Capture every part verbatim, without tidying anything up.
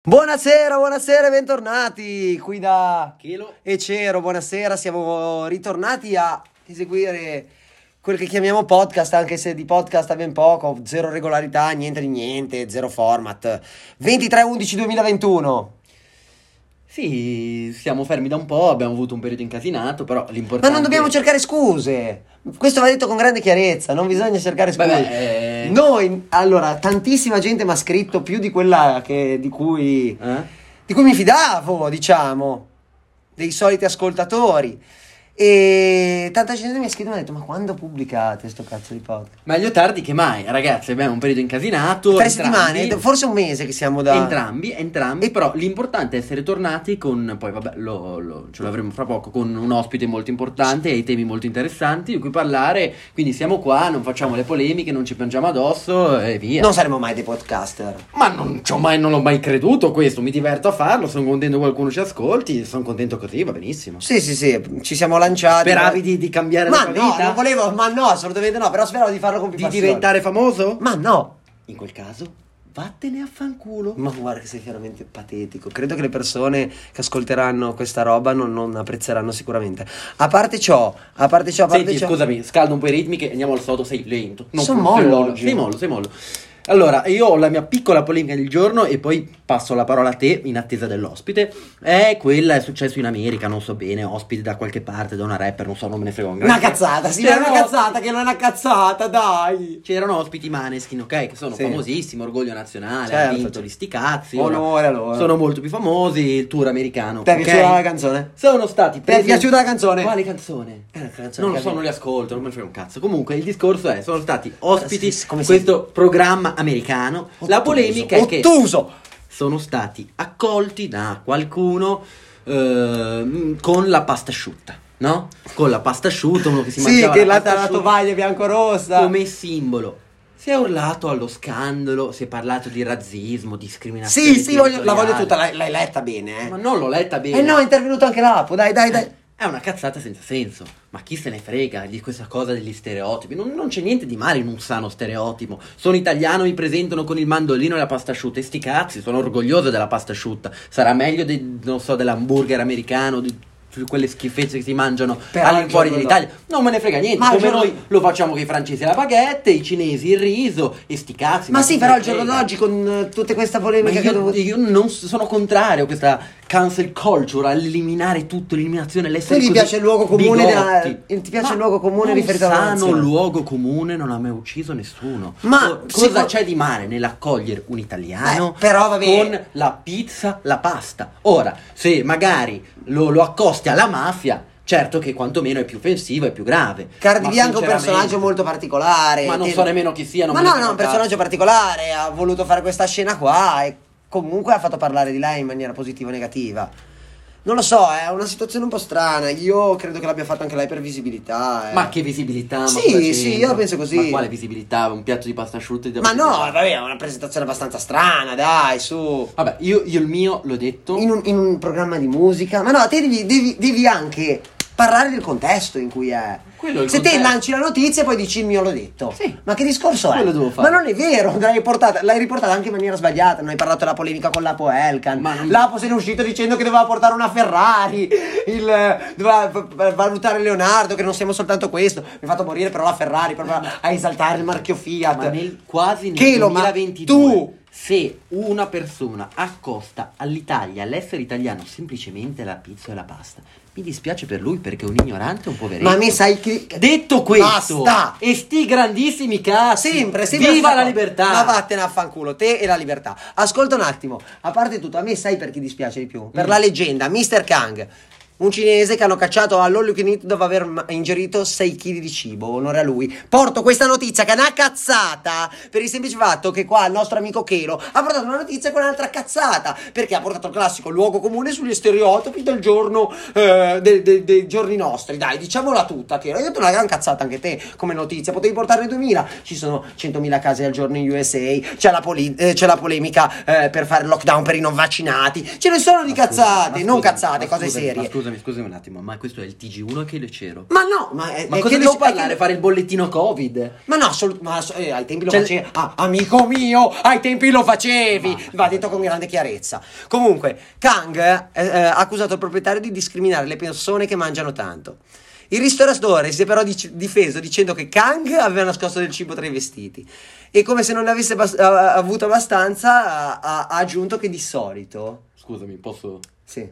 Buonasera, buonasera e bentornati qui da Chelo e Cero, buonasera, siamo ritornati a eseguire quel che chiamiamo podcast, anche se di podcast ha ben poco, zero regolarità, niente di niente, zero format. ventitré undici duemilaventuno. Sì, siamo fermi da un po', abbiamo avuto un periodo incasinato, però l'importante... Ma non dobbiamo cercare scuse, questo va detto con grande chiarezza, non bisogna cercare scuse. Beh, eh... Noi, allora, tantissima gente mi ha scritto, più di quella che, di cui... Eh? di cui mi fidavo, diciamo, dei soliti ascoltatori, e tanta gente mi ha scritto e mi ha detto: ma quando pubblicate sto cazzo di podcast? Meglio tardi che mai, ragazzi, abbiamo un periodo incasinato. Tre entrambi, settimane, forse un mese che siamo da... Entrambi, entrambi, e però l'importante è essere tornati con, poi vabbè, lo, lo, ce l'avremo fra poco, con un ospite molto importante e temi molto interessanti di cui parlare, quindi siamo qua, non facciamo le polemiche, non ci piangiamo addosso e via. Non saremo mai dei podcaster. Ma non, c'ho mai, non l'ho mai creduto questo, mi diverto a farlo, sono contento che qualcuno ci ascolti, sono contento così, va benissimo. Sì, sì, sì, ci siamo lanciati. Speravi di, di cambiare ma la tua no, vita? non volevo, ma no, assolutamente no, però speravo di farlo con più Di passione. diventare famoso? Ma no. In quel caso, vattene a fanculo. Ma guarda che sei veramente patetico. Credo che le persone che ascolteranno questa roba non, non apprezzeranno sicuramente. A parte ciò, a parte ciò, a parte Senti, ciò... scusami, scaldo un po' i ritmi che andiamo al sodo, sei lento. Non Sono sei mollo mollo, oggi. Sei mollo, sei mollo. Allora, io ho la mia piccola polemica del giorno e poi passo la parola a te in attesa dell'ospite. È quella, è successo in America, non so bene, ospite da qualche parte, da una rapper, non so, non me ne frega un Una granché. cazzata, sì, C'erano è una cazzata che non è una cazzata, dai. C'erano ospiti Maneskin, ok, che sono Sì. famosissimi, orgoglio nazionale, Certo. hanno vinto gli sti cazzi. ora Onore a loro. Sono molto più famosi, il tour americano. Ti è ok? piaciuta la canzone? Sono stati Ti è presi- piaciuta la canzone? Quale canzone? Eh, la canzone Non lo che so, avevi. non li ascolto, non me ne frega un cazzo. Comunque il discorso è, sono stati ospiti Sì, sì, come di questo programma americano. La Ottuso, polemica è che ottuso. sono stati accolti da qualcuno ehm, con la pasta asciutta, no? Con la pasta asciutta, uno che si Sì, mangiava che la la, pasta la asciutta tovaglia bianco-rossa. come simbolo. Si è urlato allo scandalo, si è parlato di razzismo, discriminazione. Sì, sì, voglio- la voglio territoriale. tutta, l'hai, l'hai letta bene, eh. Ma non l'ho letta bene. Eh no, è intervenuto anche l'Apo, dai, dai, dai. È una cazzata senza senso, ma chi se ne frega di questa cosa degli stereotipi? Non, non c'è niente di male in un sano stereotipo. Sono italiano, mi presentano con il mandolino e la pasta asciutta, e sti cazzi, sono orgoglioso della pasta asciutta. Sarà meglio, di, non so, dell'hamburger americano, di quelle schifezze che si mangiano Però all'infuori il giorno dell'Italia. Non me ne frega niente, Ma il come giorno- noi lo facciamo con i francesi la baguette, i cinesi il riso, e sti cazzi. Ma chi sì, se però ne il giorno frega? d'oggi con eh, tutta questa Ma polemica che ha io, dovuto... io non s- sono contrario a questa cancel culture, all'eliminare tutto, l'eliminazione, l'essere Quindi ti così piace il luogo comune della- bigotti. ti piace Ma il luogo comune un riferito alla sano nazione? luogo comune non ha mai ucciso nessuno. Ma Oh, cosa sicu- c'è di male nell'accogliere un italiano Eh, però vabbè. con la pizza, la pasta? Ora, se magari lo, lo accosti alla mafia, certo che quantomeno è più offensivo, è più grave. Cardi Ma Bianco è un sinceramente- personaggio molto particolare. Ma non che- so nemmeno chi sia, non Ma me ne no, frega no, un un personaggio cazzo. particolare. Ha voluto fare questa scena qua e comunque ha fatto parlare di lei in maniera positiva o negativa. Non lo so, è una situazione un po' strana. Io credo che l'abbia fatto anche lei per visibilità. eh. Ma che visibilità? Ma Sì, cosa sì, c'entra? io penso così. Ma quale visibilità? Un piatto di pasta asciutta di Ma no, vabbè, è una presentazione abbastanza strana, dai, su. Vabbè, io, io il mio l'ho detto. In un, in un programma di musica. Ma no, te devi, devi, devi anche parlare del contesto in cui è. Quello è il Se te contesto. lanci la notizia e poi dici il mio l'ho detto. Sì. Ma che discorso è? Quello devo fare. Ma non è vero, l'hai riportata, l'hai riportata anche in maniera sbagliata. Non hai parlato della polemica con l'Apo Elkan. Ma non- L'Apo se ne è uscito dicendo che doveva portare una Ferrari. Il, doveva v- v- valutare Leonardo, che non siamo soltanto questo. Mi ha fatto morire però la Ferrari proprio a esaltare il marchio Fiat. Ma nel, quasi nel Chelo, ma duemilaventidue, tu- se una persona accosta all'Italia, all'essere italiano, semplicemente la pizza e la pasta, mi dispiace per lui perché è un ignorante, un poveretto. Ma me sai che. Detto questo, Basta! e sti grandissimi cazzi, Sempre, sempre viva questa la cosa. libertà! Ma vattene a fanculo, te e la libertà. Ascolta un attimo, a parte tutto, a me sai per chi dispiace di più? Per Mm. la leggenda, mister Kang. Un cinese che hanno cacciato all'all you can eat dopo aver ma- ingerito sei chili di cibo, onore a lui. Porto questa notizia che è una cazzata per il semplice fatto che qua il nostro amico Chelo ha portato una notizia con un'altra cazzata, perché ha portato il classico luogo comune sugli stereotipi del giorno eh, de- de- dei giorni nostri. Dai, diciamola tutta, Chelo. Hai detto una gran cazzata anche te come notizia, potevi portarne duemila. Ci sono centomila casi al giorno in U S A, c'è la, poli- eh, c'è la polemica eh, per fare il lockdown per i non vaccinati. Ce ne sono di Ma scusa, cazzate, ma non scusami, cazzate, ma cose scusami, serie. ma scusami scusami, scusami un attimo, ma questo è il T G uno che c'ero? Ma no, ma, è, Ma è cosa che devo le- parlare? è che- Fare il bollettino Covid? Ma no, assolut- ma ass- eh, ai tempi lo Cioè- facevi. Ah, amico mio, ai tempi lo facevi. Ma- Va detto con grande chiarezza. Comunque, Kang eh, eh, ha accusato il proprietario di discriminare le persone che mangiano tanto. Il ristoratore si è però dic- difeso dicendo che Kang aveva nascosto del cibo tra i vestiti. E come se non ne avesse bas- a- avuto abbastanza, ha, ha- ha aggiunto che di solito. Scusami, posso... Sì.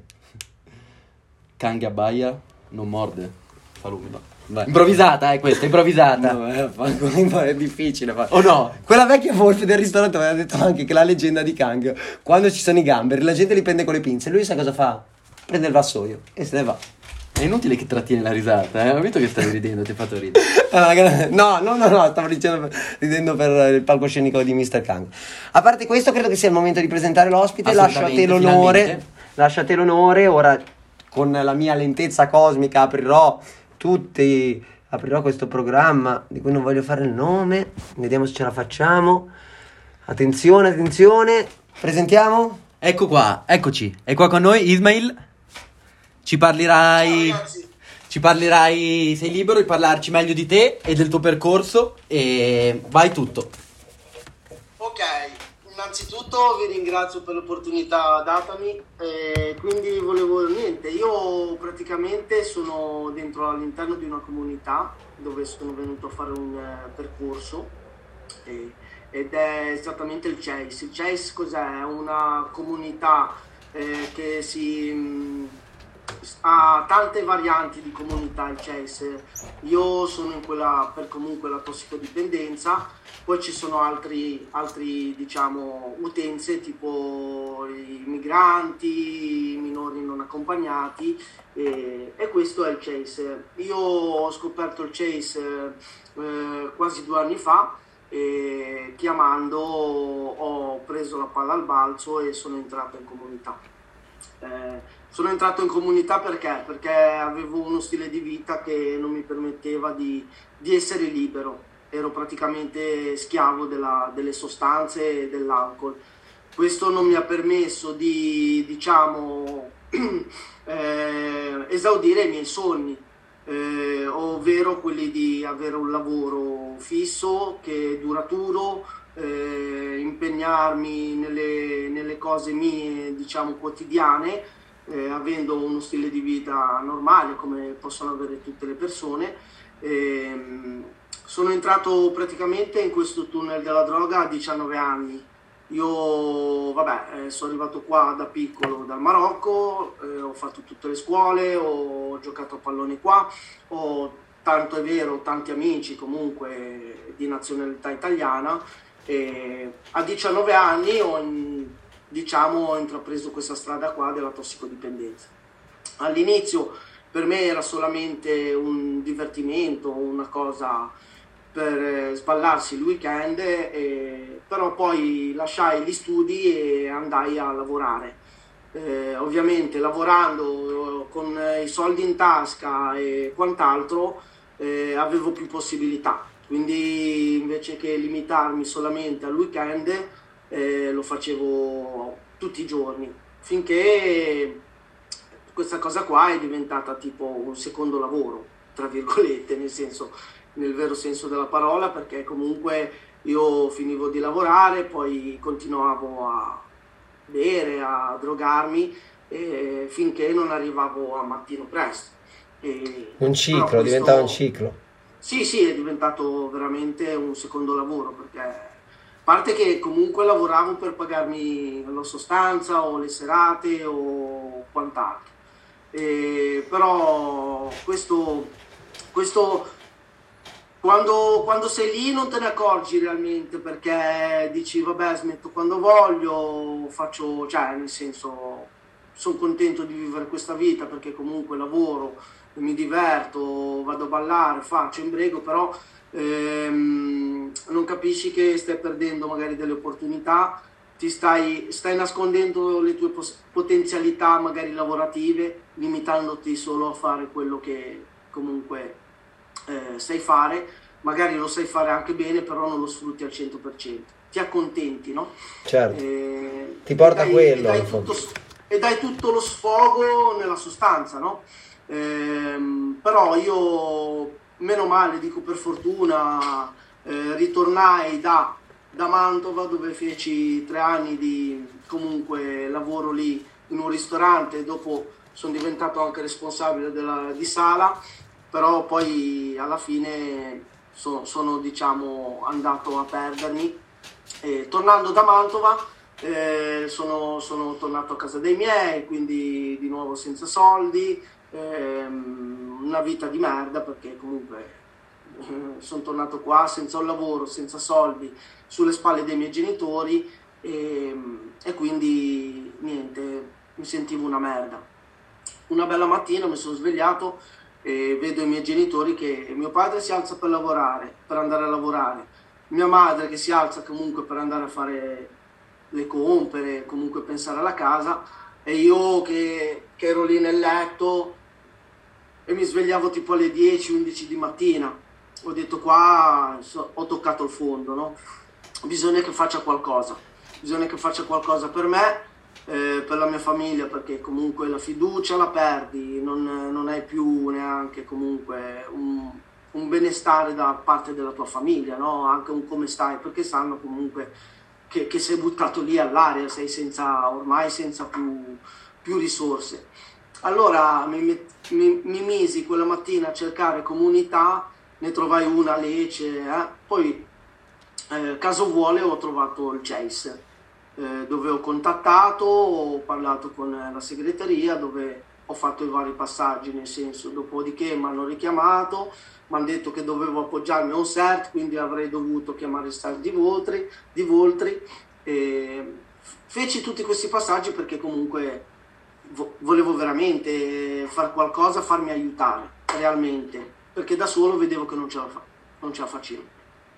Kang abbaia, non morde. Salumi, va. Vai. Improvvisata, eh, questa, improvvisata. No, eh, fa- è difficile. fa- O no? Quella vecchia volpe del ristorante aveva detto anche che la leggenda di Kang, quando ci sono i gamberi, la gente li prende con le pinze. Lui sa cosa fa? Prende il vassoio e se ne va. È inutile che trattieni la risata, eh. Ho visto che stavi ridendo, ti hai fatto ridere. No, no, no, no, stavo dicendo, ridendo per il palcoscenico di mister Kang. A parte questo, credo che sia il momento di presentare l'ospite. Lascio a te Assolutamente, l'onore. finalmente. Lascio a te l'onore. Ora, con la mia lentezza cosmica, aprirò tutti. Aprirò questo programma di cui non voglio fare il nome. Vediamo se ce la facciamo. Attenzione, attenzione. Presentiamo. Ecco qua, eccoci. È qua con noi Ismail. Ci parlerai... Ciao, ragazzi. Ci parlerai... Sei libero di parlarci meglio di te e del tuo percorso. E vai tutto. Ok, innanzitutto vi ringrazio per l'opportunità datami, eh, quindi volevo niente, io praticamente sono dentro all'interno di una comunità dove sono venuto a fare un eh, percorso eh, ed è esattamente il C E I S. Il C E I S cos'è? È una comunità eh, che si... mh, ha tante varianti di comunità il C E I S. Io sono in quella per comunque la tossicodipendenza, poi ci sono altri, altri diciamo utenze tipo i migranti, i minori non accompagnati e, e questo è il C E I S. Io ho scoperto il C E I S eh, quasi due anni fa e chiamando ho preso la palla al balzo e sono entrato in comunità. Eh, sono entrato in comunità perché? Perché avevo uno stile di vita che non mi permetteva di, di essere libero, ero praticamente schiavo della- delle sostanze e dell'alcol. Questo non mi ha permesso di, diciamo, eh, esaudire i miei sogni, eh, ovvero quelli di avere un lavoro fisso, che è duraturo, eh, impegnarmi nelle, nelle cose mie, diciamo, quotidiane, eh, avendo uno stile di vita normale come possono avere tutte le persone. Ehm, sono entrato praticamente in questo tunnel della droga a diciannove anni. Io, vabbè, eh, sono arrivato qua da piccolo dal Marocco, eh, ho fatto tutte le scuole, ho giocato a pallone qua, ho, tanto è vero, tanti amici comunque di nazionalità italiana. E a diciannove anni ho, in- diciamo, ho intrapreso questa strada qua della tossicodipendenza. All'inizio per me era solamente un divertimento, una cosa per eh, sballarsi il weekend, e- però poi lasciai gli studi e andai a lavorare. Eh, ovviamente lavorando eh, con eh, i soldi in tasca e quant'altro eh, avevo più possibilità, quindi invece che limitarmi solamente al weekend eh, lo facevo tutti i giorni, finché questa cosa qua è diventata tipo un secondo lavoro, tra virgolette, nel senso, nel vero senso della parola, perché comunque io finivo di lavorare, poi continuavo a bere, a drogarmi, eh, finché non arrivavo a mattino presto. E- Un ciclo, però questo- diventava un ciclo. Sì, sì, è diventato veramente un secondo lavoro, perché a parte che comunque lavoravo per pagarmi la sostanza o le serate o quant'altro. Eh, però questo, questo quando, quando sei lì non te ne accorgi realmente, perché dici vabbè, smetto quando voglio, faccio, cioè nel senso, sono contento di vivere questa vita perché comunque lavoro, mi diverto, vado a ballare, faccio, imbrego, però ehm, non capisci che stai perdendo magari delle opportunità, ti stai, stai nascondendo le tue pos- potenzialità magari lavorative, limitandoti solo a fare quello che comunque eh, sai fare, magari lo sai fare anche bene, però non lo sfrutti al cento per cento, ti accontenti, no? Certo. Eh, Ti porta e dai- quello, e dai in fondo. tutto, e dai tutto lo sfogo nella sostanza, no? Ehm, però io, meno male, dico per fortuna, eh, ritornai da, da Mantova, dove feci tre anni di comunque lavoro lì in un ristorante, dopo sono diventato anche responsabile della, di sala, però poi alla fine so, sono diciamo andato a perdermi. E tornando da Mantova eh, sono, sono tornato a casa dei miei, quindi di nuovo senza soldi, ehm, una vita di merda, perché comunque eh, sono tornato qua senza un lavoro, senza soldi, sulle spalle dei miei genitori, e, e quindi niente, mi sentivo una merda. Una bella mattina mi sono svegliato e vedo i miei genitori che mio padre si alza per lavorare, per andare a lavorare, mia madre che si alza comunque per andare a fare le compere, comunque pensare alla casa, e io che, che ero lì nel letto e mi svegliavo tipo alle dieci undici di mattina. Ho detto qua so, ho toccato il fondo, no? Bisogna che faccia qualcosa, bisogna che faccia qualcosa per me, eh, per la mia famiglia, perché comunque la fiducia la perdi, non, non hai più neanche comunque un, un benestare da parte della tua famiglia, no? Anche un come stai, perché sanno comunque che, che sei buttato lì all'aria, sei senza, ormai senza più, più risorse. Allora mi, mi, mi misi quella mattina a cercare comunità, ne trovai una a Lecce, eh? Poi eh, caso vuole ho trovato il Chase, eh, dove ho contattato, ho parlato con la segreteria, dove ho fatto i vari passaggi, nel senso, dopodiché mi hanno richiamato, mi hanno detto che dovevo appoggiarmi a un C E R T, quindi avrei dovuto chiamare il C E R T di Voltri, di Voltri e feci tutti questi passaggi perché comunque vo- volevo veramente fare qualcosa, farmi aiutare, realmente, perché da solo vedevo che non ce la, fa- non ce la facevo.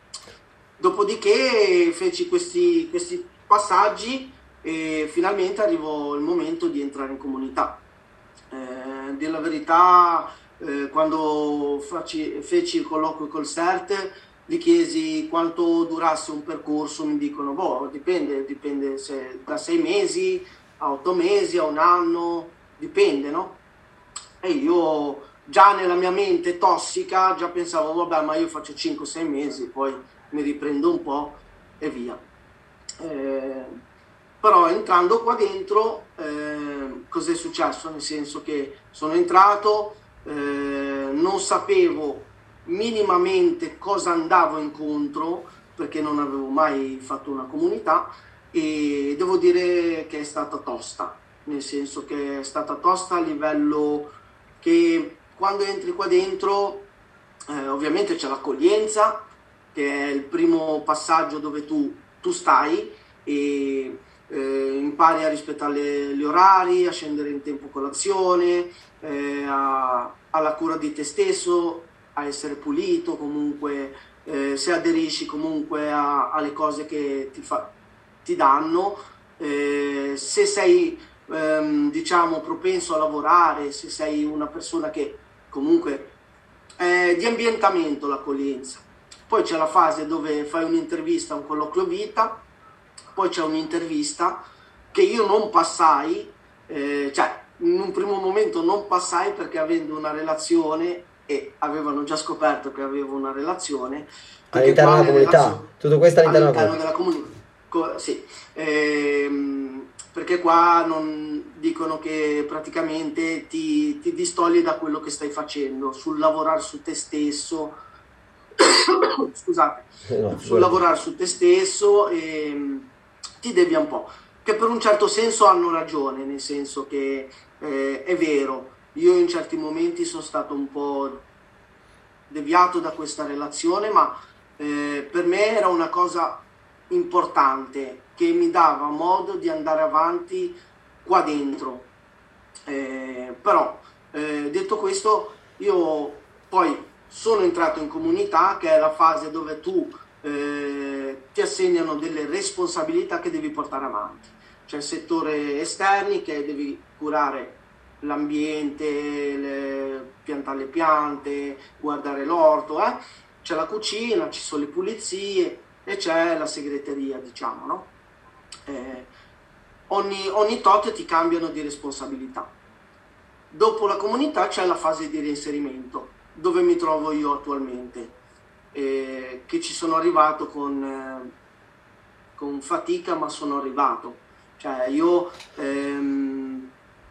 Dopodiché feci questi, questi passaggi e finalmente arrivò il momento di entrare in comunità. Eh, dire la verità, eh, quando faci, feci il colloquio col C E R T, gli chiesi quanto durasse un percorso, mi dicono, boh, dipende, dipende se da sei mesi a otto mesi, a un anno, dipende, no? E io già nella mia mente tossica già pensavo, vabbè, ma io faccio cinque sei mesi, poi mi riprendo un po' e via. Eh, però entrando qua dentro, eh, cos'è successo? Nel senso che sono entrato, eh, non sapevo minimamente cosa andavo incontro, perché non avevo mai fatto una comunità, e devo dire che è stata tosta, nel senso che è stata tosta a livello che quando entri qua dentro, eh, ovviamente c'è l'accoglienza, che è il primo passaggio dove tu, tu stai e eh, impari a rispettare gli orari, a scendere in tempo colazione, eh, a, alla cura di te stesso, a essere pulito, comunque eh, se aderisci comunque a, alle cose che ti, fa, ti danno, eh, se sei ehm, diciamo propenso a lavorare, se sei una persona che comunque è di ambientamento l'accoglienza. Poi c'è la fase dove fai un'intervista, un colloquio vita, poi c'è un'intervista che io non passai, eh, cioè in un primo momento non passai perché avendo una relazione, e avevano già scoperto che avevo una relazione. All'interno della comunità? Relazioni, Tutto questo all'interno, all'interno della comunità? Co- sì, ehm, perché qua non dicono che praticamente ti, ti distogli da quello che stai facendo, sul lavorare su te stesso, scusate, no, sul lavorare su te stesso e ti devia un po', che per un certo senso hanno ragione, nel senso che eh, è vero, io in certi momenti sono stato un po' deviato da questa relazione, ma eh, per me era una cosa importante che mi dava modo di andare avanti qua dentro. Eh, però eh, detto questo, io poi sono entrato in comunità, che è la fase dove tu eh, ti assegnano delle responsabilità che devi portare avanti. C'è il settore esterni, che devi curare l'ambiente, le, piantare le piante, guardare l'orto, eh? C'è la cucina, ci sono le pulizie e c'è la segreteria, diciamo, no? Eh, ogni, ogni tot ti cambiano di responsabilità. Dopo la comunità c'è la fase di reinserimento, dove mi trovo io attualmente, eh, che ci sono arrivato con, eh, con fatica, ma sono arrivato. Cioè io... Ehm...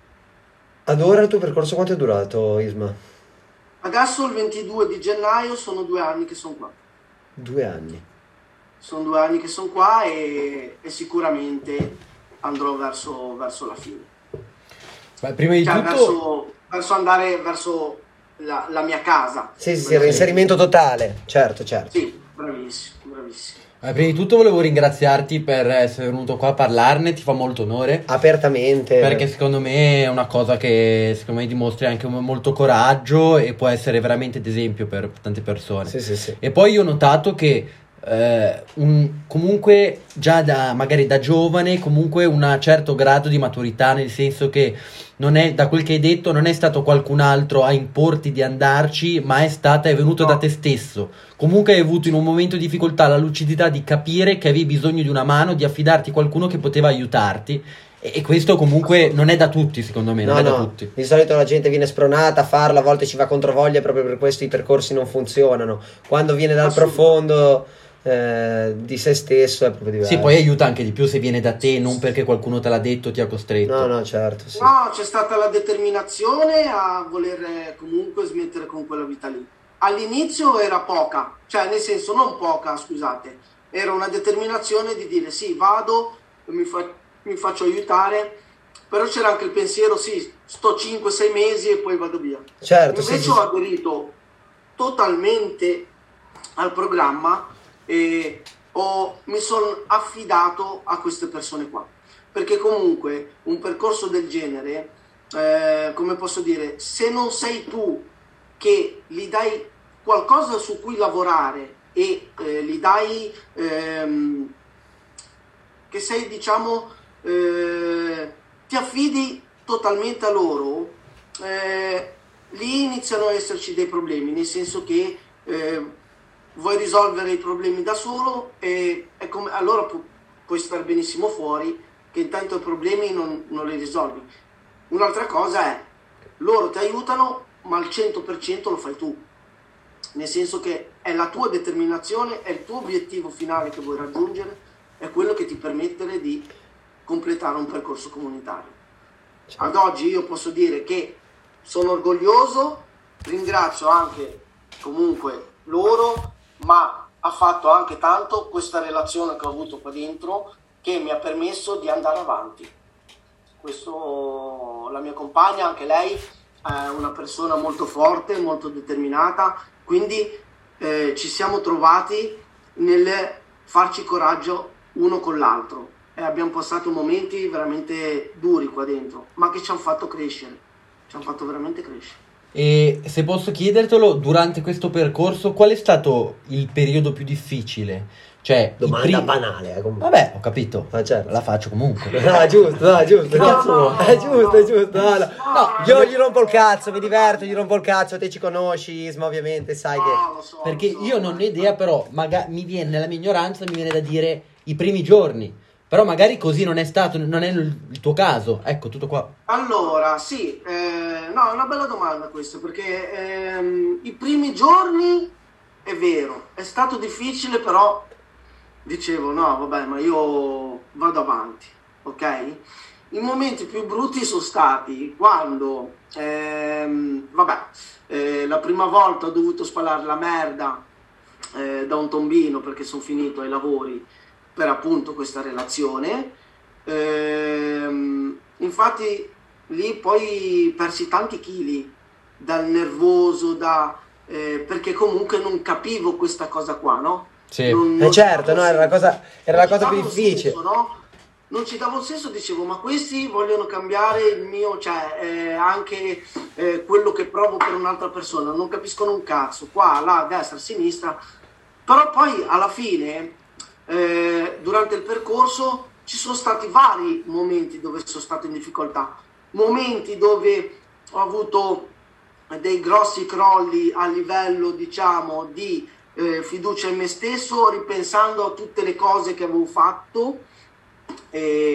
Ad ora il tuo percorso quanto è durato, Isma? Adesso il ventidue di gennaio sono due anni che sono qua. Due anni. Sono due anni che sono qua e, e sicuramente andrò verso, verso la fine. Beh, prima di cioè, tutto... verso, verso andare verso la, la mia casa. Sì, sì, il reinserimento totale, certo, certo. Sì, bravissimo, bravissimo. Eh, prima di tutto volevo ringraziarti per essere venuto qua a parlarne, ti fa molto onore. Apertamente. Perché secondo me è una cosa che secondo me dimostri anche molto coraggio e può essere veramente d'esempio per tante persone. Sì, sì, sì. E poi io ho notato che eh, un, comunque già da magari da giovane comunque un certo grado di maturità, nel senso che non è, da quel che hai detto, non è stato qualcun altro a importi di andarci, ma è stata, è venuto No. da te stesso. Comunque hai avuto in un momento di difficoltà la lucidità di capire che avevi bisogno di una mano, di affidarti a qualcuno che poteva aiutarti. E, e questo comunque non è da tutti, secondo me, non No, è da no, tutti. di solito la gente viene spronata a farlo, a volte ci va controvoglia, proprio per questo i percorsi non funzionano. Quando viene dal profondo eh, di se stesso è proprio diverso. Sì, poi aiuta anche di più se viene da te, non perché qualcuno te l'ha detto, ti ha costretto. No, no, certo, sì. No, c'è stata la determinazione a voler eh, comunque smettere con quella vita lì. All'inizio era poca, cioè nel senso non poca, scusate, era una determinazione di dire sì, vado, mi, fa- mi faccio aiutare, però c'era anche il pensiero sì, sto cinque sei mesi e poi vado via. Certo, sì, Invece sì, ho sì. aderito totalmente al programma e ho- mi sono affidato a queste persone qua, perché comunque un percorso del genere, eh, come posso dire, se non sei tu che gli dai qualcosa su cui lavorare e eh, gli dai ehm, che sei, diciamo, eh, ti affidi totalmente a loro, eh, lì iniziano a esserci dei problemi, nel senso che eh, vuoi risolvere i problemi da solo e è come, allora pu- puoi stare benissimo fuori, che intanto i problemi non, non li risolvi. Un'altra cosa è, loro ti aiutano, ma al cento per cento lo fai tu, nel senso che è la tua determinazione, è il tuo obiettivo finale che vuoi raggiungere, è quello che ti permette di completare un percorso comunitario. Ad oggi io posso dire che sono orgoglioso, ringrazio anche comunque loro, ma ha fatto anche tanto questa relazione che ho avuto qua dentro che mi ha permesso di andare avanti. Questo, la mia compagna, anche lei, è una persona molto forte, molto determinata, quindi eh, ci siamo trovati nel farci coraggio uno con l'altro e abbiamo passato momenti veramente duri qua dentro, ma che ci hanno fatto crescere, ci hanno fatto veramente crescere. E se posso chiedertelo, durante questo percorso, qual è stato il periodo più difficile? Cioè, i Domanda primi- banale, eh, comunque. Vabbè, ho capito. Ah, certo. La faccio comunque. No, giusto, no, giusto. Che cazzo no, vuoi? È giusto, è giusto. No, no. No, Io gli rompo il cazzo, mi diverto, gli rompo il cazzo. Te ci conosci, Isma, ovviamente, sai che. No, lo so, Perché lo so. io non ho idea, però magari mi viene nella mia ignoranza, mi viene da dire i primi giorni. Però magari così non è stato, non è il, il tuo caso. Ecco, tutto qua. Allora, sì, eh, no, è una bella domanda questa, perché ehm, i primi giorni, è vero, è stato difficile, però dicevo, no, vabbè, ma io vado avanti, ok? I momenti più brutti sono stati quando, ehm, vabbè, eh, la prima volta ho dovuto spalare la merda eh, da un tombino perché sono finito ai lavori per appunto questa relazione. Ehm, infatti lì poi persi tanti chili dal nervoso, da, eh, perché comunque non capivo questa cosa qua, no? Sì. Non- Eh non certo, ci davo no, era la senso. cosa, era la Non ci cosa più davo difficile. senso, no? Non ci davo il senso, dicevo, ma questi vogliono cambiare il mio, cioè eh, anche eh, quello che provo per un'altra persona, non capiscono un cazzo, qua, là, a destra, a sinistra, però poi alla fine, eh, durante il percorso, ci sono stati vari momenti dove sono stato in difficoltà, momenti dove ho avuto dei grossi crolli a livello, diciamo, di eh, fiducia in me stesso, ripensando a tutte le cose che avevo fatto. E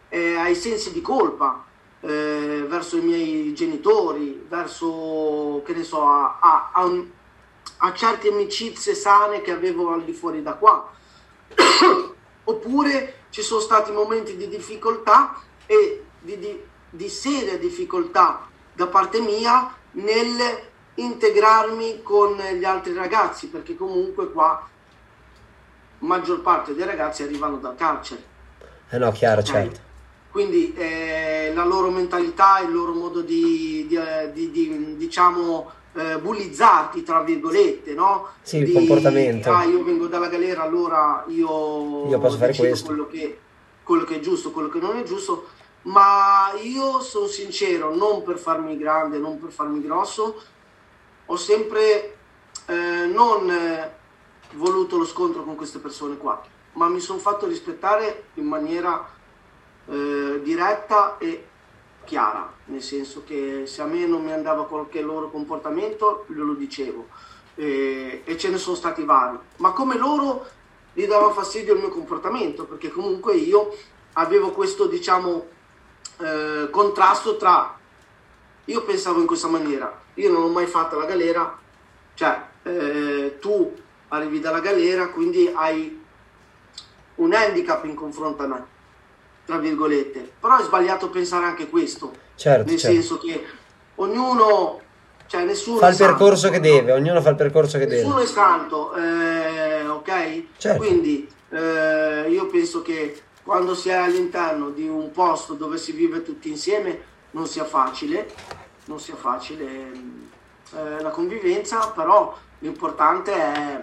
eh, ai sensi di colpa eh, verso i miei genitori, verso, che ne so, a, a, a, un, a certe amicizie sane che avevo al di fuori da qua. Oppure ci sono stati momenti di difficoltà e di, di, di seria difficoltà da parte mia nel integrarmi con gli altri ragazzi, perché comunque qua maggior parte dei ragazzi arrivano dal carcere. Eh no, chiaro, Okay? certo. Quindi eh, la loro mentalità, il loro modo di, di, eh, di, di diciamo eh, bullizzarti, tra virgolette, no? Sì, il Di, comportamento. ah, io vengo dalla galera, allora io, Io posso fare decido questo. quello che, quello che è giusto, quello che non è giusto. Ma io sono sincero, non per farmi grande, non per farmi grosso, ho sempre eh, non eh, voluto lo scontro con queste persone qua, ma mi sono fatto rispettare in maniera eh, diretta e chiara, nel senso che se a me non mi andava qualche loro comportamento, glielo dicevo, e, e ce ne sono stati vari, ma come loro gli dava fastidio il mio comportamento, perché comunque io avevo questo, diciamo, eh, contrasto tra, io pensavo in questa maniera, io non ho mai fatto la galera, cioè eh, tu arrivi dalla galera, quindi hai un handicap in confronto a me, tra virgolette, però è sbagliato pensare anche questo, Certo, nel certo. senso che ognuno, cioè nessuno Fa è il percorso santo, che no? deve, ognuno fa il percorso che Nessuno deve. è santo, eh, ok? Certo. Quindi eh, io penso che quando si è all'interno di un posto dove si vive tutti insieme non sia facile, non sia facile eh, la convivenza, però l'importante è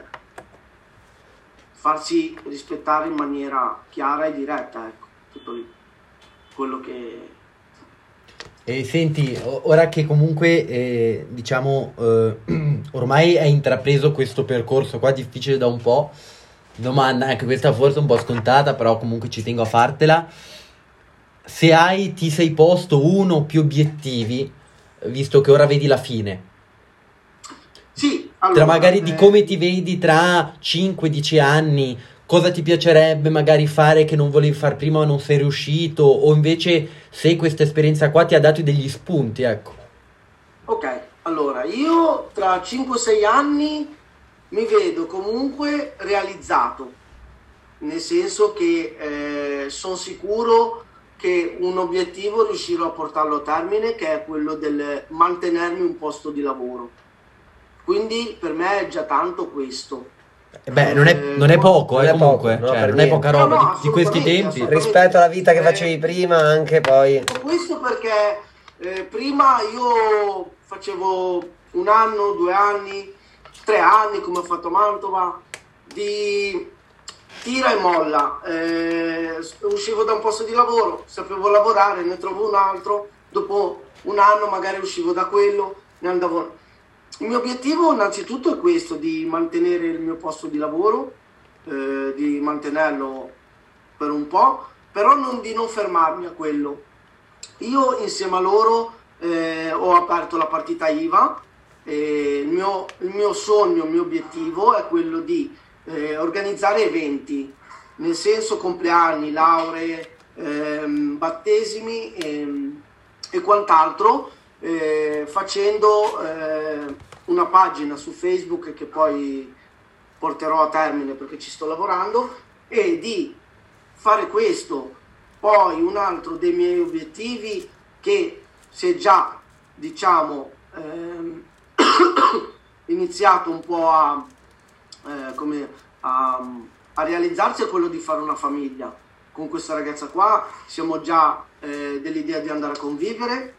farsi rispettare in maniera chiara e diretta, ecco, tutto lì. Quello che... E senti, o- ora che comunque eh, diciamo eh, ormai hai intrapreso questo percorso qua difficile da un po', domanda anche questa forse un po' scontata, però comunque ci tengo a fartela. Se hai, ti sei posto uno o più obiettivi, visto che ora vedi la fine, Sì, tra allora, magari di eh, come ti vedi tra cinque dieci anni, cosa ti piacerebbe magari fare che non volevi far prima o non sei riuscito, o invece se questa esperienza qua ti ha dato degli spunti, ecco. Ok, allora io tra cinque sei anni mi vedo comunque realizzato, nel senso che eh, sono sicuro che un obiettivo riuscirò a portarlo a termine, che è quello del mantenermi un posto di lavoro. Quindi per me è già tanto questo. Eh Beh, non è, non è poco, Non eh, è poco, comunque, no, cioè, per non è niente. poca No, roba no, di, di questi assolutamente, tempi. assolutamente. Rispetto alla vita che Eh, facevi prima, anche poi... Questo perché eh, prima io facevo un anno, due anni, tre anni, come ho fatto a Mantova, di tira e molla. Eh, uscivo da un posto di lavoro, sapevo lavorare, ne trovo un altro, dopo un anno magari uscivo da quello, ne andavo... Il mio obiettivo innanzitutto è questo, di mantenere il mio posto di lavoro, eh, di mantenerlo per un po', però non di non fermarmi a quello. Io insieme a loro eh, ho aperto la partita I V A, e il mio, il mio sogno, il mio obiettivo è quello di eh, organizzare eventi, nel senso compleanni, lauree, ehm, battesimi e, e quant'altro, eh, facendo eh, una pagina su Facebook che poi porterò a termine perché ci sto lavorando, e di fare questo. Poi un altro dei miei obiettivi, che si è già, diciamo, ehm, iniziato un po' a, eh, come, a, a realizzarsi, è quello di fare una famiglia. Con questa ragazza qua siamo già eh, dell'idea di andare a convivere,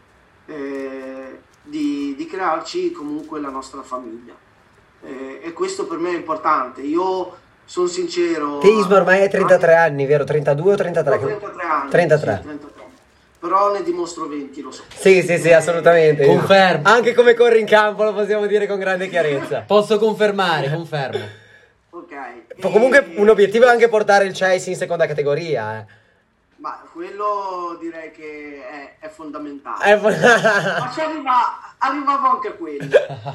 eh, di, di crearci comunque la nostra famiglia. Eh, e questo per me è importante. Io sono sincero. Te Isma ormai hai trentatré anni, vero? trentadue o trentatré? Ho trentatré anni. trentatré. Sì, trentatré. Però ne dimostro venti, lo so. Sì, sì, sì, assolutamente. Confermo. Anche come corri in campo lo possiamo dire con grande chiarezza. Posso confermare, confermo. Ok. Poi comunque E- un obiettivo è anche portare il Chelsea in seconda categoria, eh. Ma quello direi che è, è fondamentale. Eh, Ma ci arriva, arrivavo anche a quello.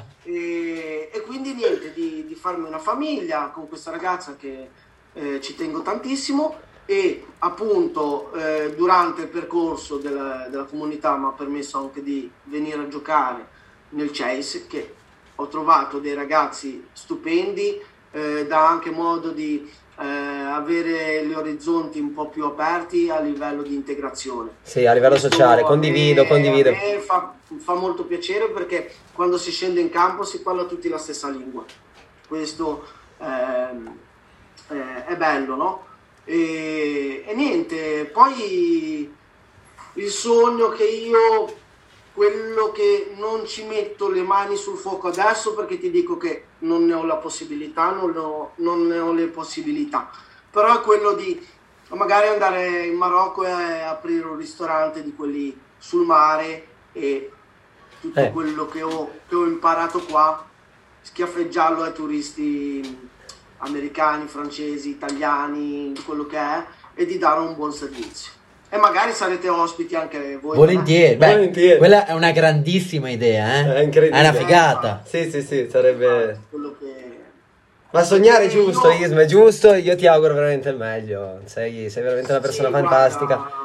E, e quindi niente, di, di farmi una famiglia con questa ragazza che eh, ci tengo tantissimo. e appunto eh, durante il percorso della, della comunità mi ha permesso anche di venire a giocare nel Chase, che ho trovato dei ragazzi stupendi, eh, dà anche modo di eh, avere gli orizzonti un po' più aperti a livello di integrazione. Sì, a livello Questo sociale, a condivido, me- condivido. A me fa, fa molto piacere, perché quando si scende in campo si parla tutti la stessa lingua. Questo ehm, eh, è bello, no? E, e niente, poi il sogno che io, quello che non ci metto le mani sul fuoco adesso, perché ti dico che non ne ho la possibilità, non ne ho, non ne ho le possibilità, però è quello di magari andare in Marocco e aprire un ristorante di quelli sul mare, e tutto Eh. quello che ho, che ho imparato qua schiaffeggiarlo ai turisti americani, francesi, italiani, quello che è, e di dare un buon servizio. E magari sarete ospiti anche voi. Volentieri, beh, Volentieri. quella è una grandissima idea, eh? È incredibile. È una figata. Sì, sì, sì, sarebbe... Quello che... Ma sognare è Perché giusto, io- Isma, è giusto, io ti auguro veramente il meglio, sei, sei veramente una persona Sì, fantastica. guarda,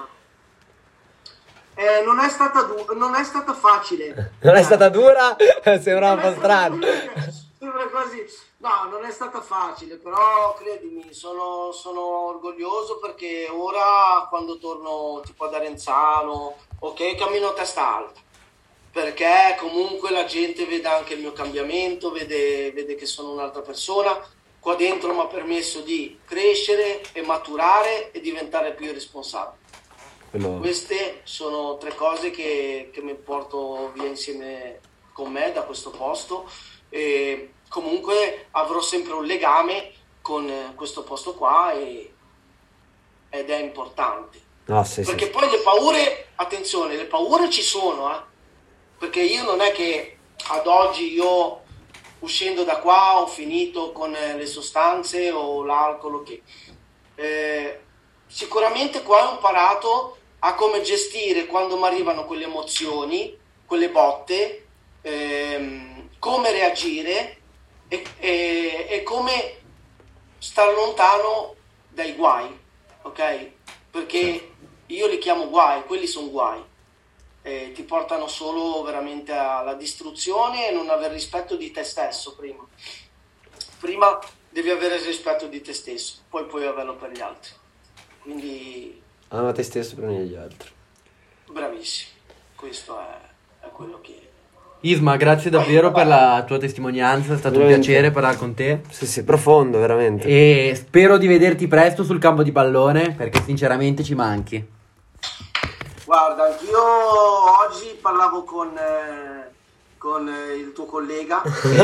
eh, non è stata du- non è stata facile. Non è Eh. stata dura? Sembra un po' strano. Sembra quasi... No, non è stata facile, però credimi, sono, sono orgoglioso, perché ora quando torno tipo ad Arenzano, ok, cammino a testa alta, perché comunque la gente vede anche il mio cambiamento, vede, vede che sono un'altra persona. Qua dentro mi ha permesso di crescere e maturare e diventare più responsabile. Quello- Queste sono tre cose che, che mi porto via insieme con me da questo posto, e comunque avrò sempre un legame con eh, questo posto qua, e- ed è importante. No, sì, sì. Perché poi le paure, attenzione, le paure ci sono, eh? Perché io non è che ad oggi io, uscendo da qua, ho finito con eh, le sostanze o l'alcol, ok. Eh, sicuramente qua ho imparato a come gestire quando mi arrivano quelle emozioni, quelle botte, ehm, come reagire e, e- e come star lontano dai guai, ok? Perché io li chiamo guai, quelli sono guai. Eh, ti portano solo veramente alla distruzione e non aver rispetto di te stesso prima. Prima devi avere il rispetto di te stesso, poi puoi averlo per gli altri. Quindi Ama te stesso prima degli altri. bravissimo, questo è, è quello che... Isma, grazie davvero per la tua testimonianza, è stato un Veramente. piacere parlare con te. Sì, sì, profondo, veramente. E spero di vederti presto sul campo di pallone, perché sinceramente ci manchi. Guarda, anch'io oggi parlavo con, eh, con eh, il tuo collega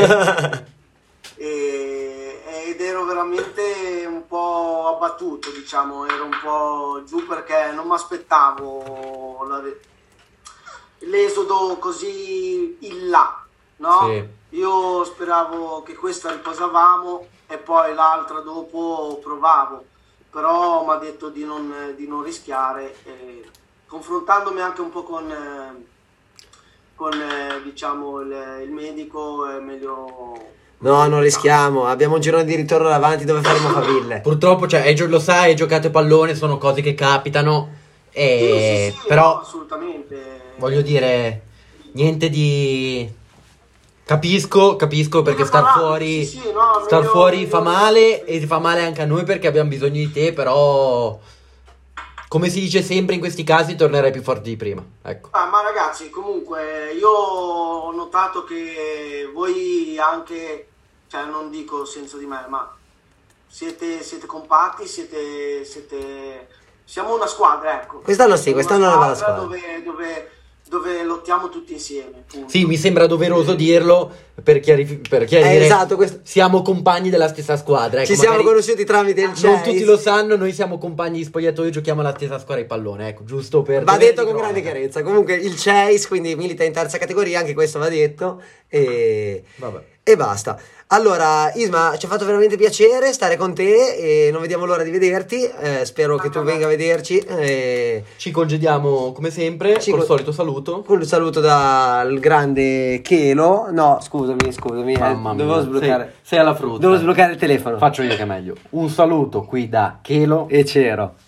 e- ed ero veramente un po' abbattuto, diciamo, ero un po' giù, perché non mi aspettavo la- l'esodo così in là, no? Sì. Io speravo che questa riposavamo e poi l'altra dopo provavo, però mi ha detto di non, di non rischiare, e confrontandomi anche un po' con, eh, con eh, diciamo il, il medico, è meglio... No, non rischiamo, abbiamo un girone di ritorno davanti dove faremo faville. Purtroppo, cioè, hai gio- lo sai, hai giocato a pallone, sono cose che capitano. E Sì, sì, sì, però no, assolutamente. voglio dire, niente di... Capisco, capisco perché Meglio star parlare, fuori, sì, sì, no, star meglio- fuori fa meglio- male e fa male anche a noi perché abbiamo bisogno di te, però come si dice sempre in questi casi tornerai più forte di prima, ecco. Ah, ma ragazzi, comunque io ho notato che voi anche, cioè non dico senza di me, ma siete, siete compatti, siete, siete, siamo una squadra, ecco. Quest'anno sì, Siamo quest'anno una è una bella squadra squadra. Dove, dove, dove lottiamo tutti insieme. punto. Sì, mi sembra doveroso dirlo per, chiarif- per chiarire, Eh, esatto, questo- siamo compagni della stessa squadra, ecco, Ci siamo magari conosciuti tramite il non Chase. tutti lo sanno, noi siamo compagni di spogliatoio, giochiamo alla stessa squadra di pallone, ecco, giusto per... Va dovere detto di con grande cronaca. chiarezza. Comunque il Chase, quindi milita in terza categoria, anche questo va detto. E, Vabbè. e basta. Allora, Isma, ci ha fatto veramente piacere stare con te e non vediamo l'ora di vederti. Eh, spero che tu venga a vederci. E... Ci congediamo come sempre, Ci col con- solito saluto. Un saluto dal grande Chelo. No, scusami, scusami. eh, Mamma mia, dovevo sbloccare. sei, sei alla frutta. Dovevo sbloccare il telefono. Faccio io che è meglio. Un saluto qui da Chelo E c'ero.